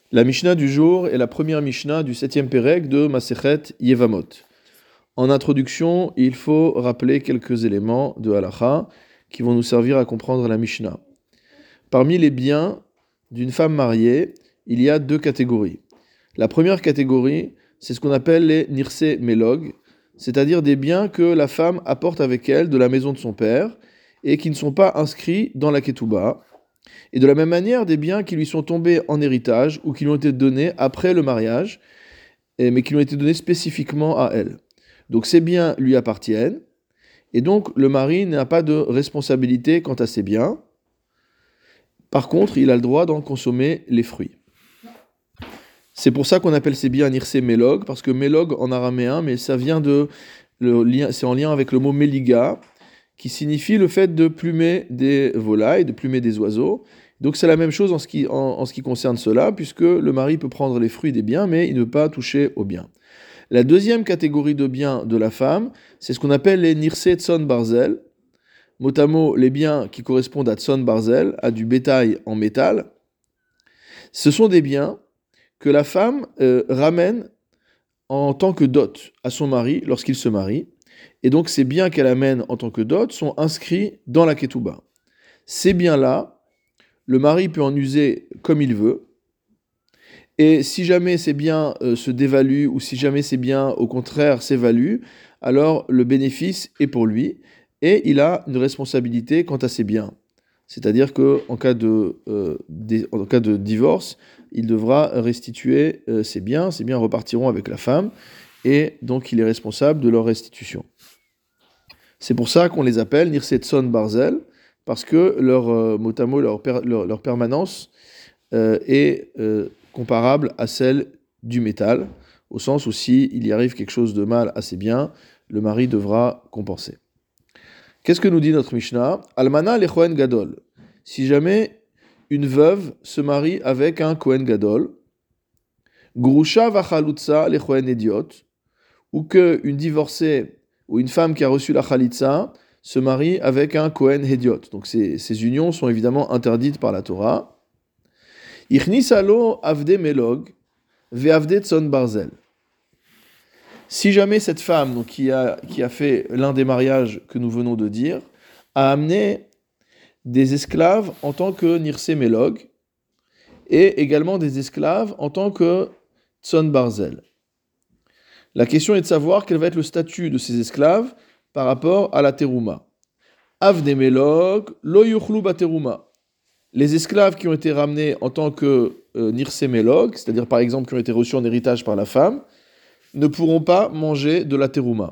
La Mishnah du jour est la première Mishnah du 7e Pérec de Masechet Yevamot. En introduction, il faut rappeler quelques éléments de Halacha qui vont nous servir à comprendre la Mishnah. Parmi les biens d'une femme mariée, il y a deux catégories. La première catégorie, c'est ce qu'on appelle les nirse melog, c'est-à-dire des biens que la femme apporte avec elle de la maison de son père et qui ne sont pas inscrits dans la ketouba. Et de la même manière, des biens qui lui sont tombés en héritage ou qui lui ont été donnés après le mariage, mais qui lui ont été donnés spécifiquement à elle. Donc ces biens lui appartiennent, et donc le mari n'a pas de responsabilité quant à ces biens. Par contre, il a le droit d'en consommer les fruits. C'est pour ça qu'on appelle ces biens nirse melog, parce que melog en araméen, mais ça vient c'est en lien avec le mot meliga, qui signifie le fait de plumer des volailles, de plumer des oiseaux. Donc c'est la même chose en ce qui concerne cela, puisque le mari peut prendre les fruits des biens, mais il ne peut pas toucher aux biens. La deuxième catégorie de biens de la femme, c'est ce qu'on appelle les nirse tson barzel, mot à mot les biens qui correspondent à tson barzel, à du bétail en métal. Ce sont des biens que la femme ramène en tant que dot à son mari lorsqu'il se marie. Et donc ces biens qu'elle amène en tant que dot sont inscrits dans la ketouba. Ces biens-là, le mari peut en user comme il veut. Et si jamais ces biens se dévaluent ou si jamais ces biens au contraire s'évaluent, alors le bénéfice est pour lui et il a une responsabilité quant à ces biens. C'est-à-dire qu'en cas de divorce, il devra restituer ses biens repartiront avec la femme et donc il est responsable de leur restitution. C'est pour ça qu'on les appelle nirse tson barzel, parce que mot à mot, leur permanence est comparable à celle du métal, au sens où s'il y arrive quelque chose de mal à ces biens, le mari devra compenser. Qu'est-ce que nous dit notre Mishnah ? Almana le Kohen Gadol. Si jamais une veuve se marie avec un Kohen Gadol, Grusha vachalutza le Kohen Idiot, ou qu'une divorcée ou une femme qui a reçu la Khalitsa se marie avec un Kohen Hediot. Donc ces unions sont évidemment interdites par la Torah. Ichnisalo avde melog ve'avde tson barzel. Si jamais cette femme donc, qui a fait l'un des mariages que nous venons de dire, a amené des esclaves en tant que nirse melog et également des esclaves en tant que tson barzel. La question est de savoir quel va être le statut de ces esclaves par rapport à la terouma. Avde melog lo yuchlu baterouma. Les esclaves qui ont été ramenés en tant que nirse melog, c'est-à-dire par exemple qui ont été reçus en héritage par la femme, ne pourront pas manger de la terouma.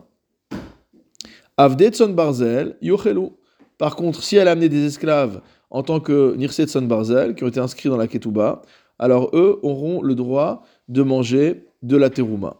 Avde tson barzel yochelu. Par contre, si elle a amené des esclaves en tant que nirse tson barzel, qui ont été inscrits dans la ketouba, alors eux auront le droit de manger de la terouma.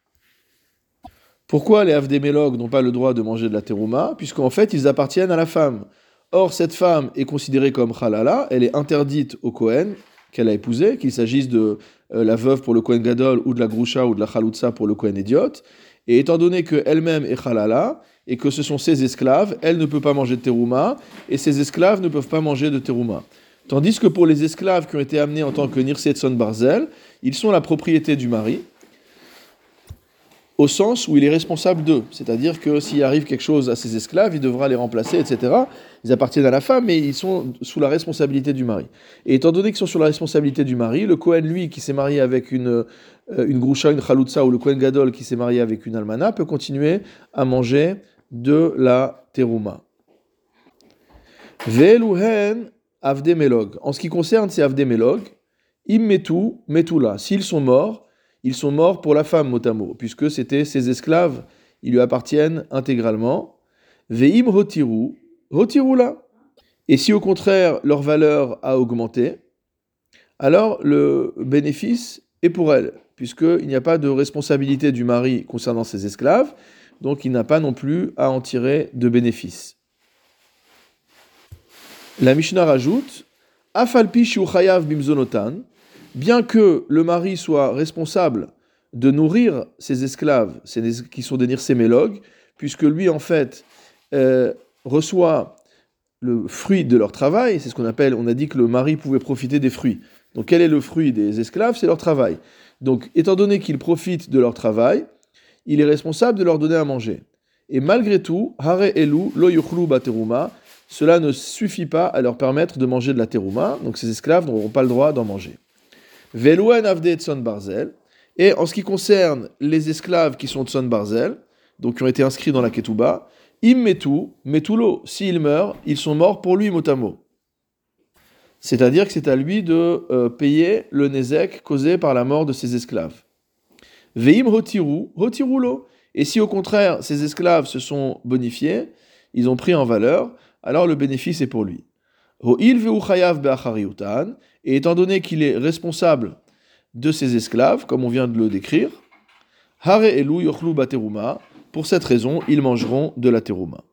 Pourquoi les avde melog n'ont pas le droit de manger de la terouma ? Puisqu'en fait, ils appartiennent à la femme. Or, cette femme est considérée comme halala, elle est interdite au Kohen qu'elle a épousé, qu'il s'agisse de la veuve pour le Kohen Gadol ou de la Grusha ou de la Chalutza pour le Kohen Idiot. Et étant donné qu'elle-même est halala et que ce sont ses esclaves, elle ne peut pas manger de terouma et ses esclaves ne peuvent pas manger de terouma. Tandis que pour les esclaves qui ont été amenés en tant que nirse tson barzel, ils sont la propriété du mari, au sens où il est responsable d'eux. C'est-à-dire que s'il arrive quelque chose à ses esclaves, il devra les remplacer, etc. Ils appartiennent à la femme, mais ils sont sous la responsabilité du mari. Et étant donné qu'ils sont sous la responsabilité du mari, le Kohen, lui, qui s'est marié avec une Grusha, une Chalutza, ou le Kohen Gadol qui s'est marié avec une Almana, peut continuer à manger de la terouma. Ve'eluhen avde melog. En ce qui concerne ces avde melog, immetu metula. S'ils sont morts pour la femme, mot à mot, puisque c'était ses esclaves, ils lui appartiennent intégralement. Ve'im hotiru là. Et si au contraire leur valeur a augmenté, alors le bénéfice est pour elle, puisqu'il n'y a pas de responsabilité du mari concernant ses esclaves, donc il n'a pas non plus à en tirer de bénéfice. La Mishnah rajoute Afalpi shiu chayav bimzonotan. Bien que le mari soit responsable de nourrir ses esclaves, qui sont des nirse melog, puisque lui, en fait, reçoit le fruit de leur travail, c'est ce qu'on appelle, on a dit que le mari pouvait profiter des fruits. Donc quel est le fruit des esclaves? C'est leur travail. Donc étant donné qu'ils profitent de leur travail, il est responsable de leur donner à manger. Et malgré tout, hare elu lo yuchlu bateruma, cela ne suffit pas à leur permettre de manger de la terouma, donc ces esclaves n'auront pas le droit d'en manger. Velouen avde tson barzel, et en ce qui concerne les esclaves qui sont tson barzel, donc qui ont été inscrits dans la ketouba, immetu, metulo, s'ils meurent, ils sont morts pour lui mot à mot. C'est-à-dire que c'est à lui de payer le nezek causé par la mort de ses esclaves. Veim hotirulo. Et si au contraire ces esclaves se sont bonifiés, ils ont pris en valeur, alors le bénéfice est pour lui. Ho'il veu chayav be'achariutan. Et étant donné qu'il est responsable de ses esclaves, comme on vient de le décrire, hare elu yochlu bateruma. Pour cette raison, ils mangeront de la terouma.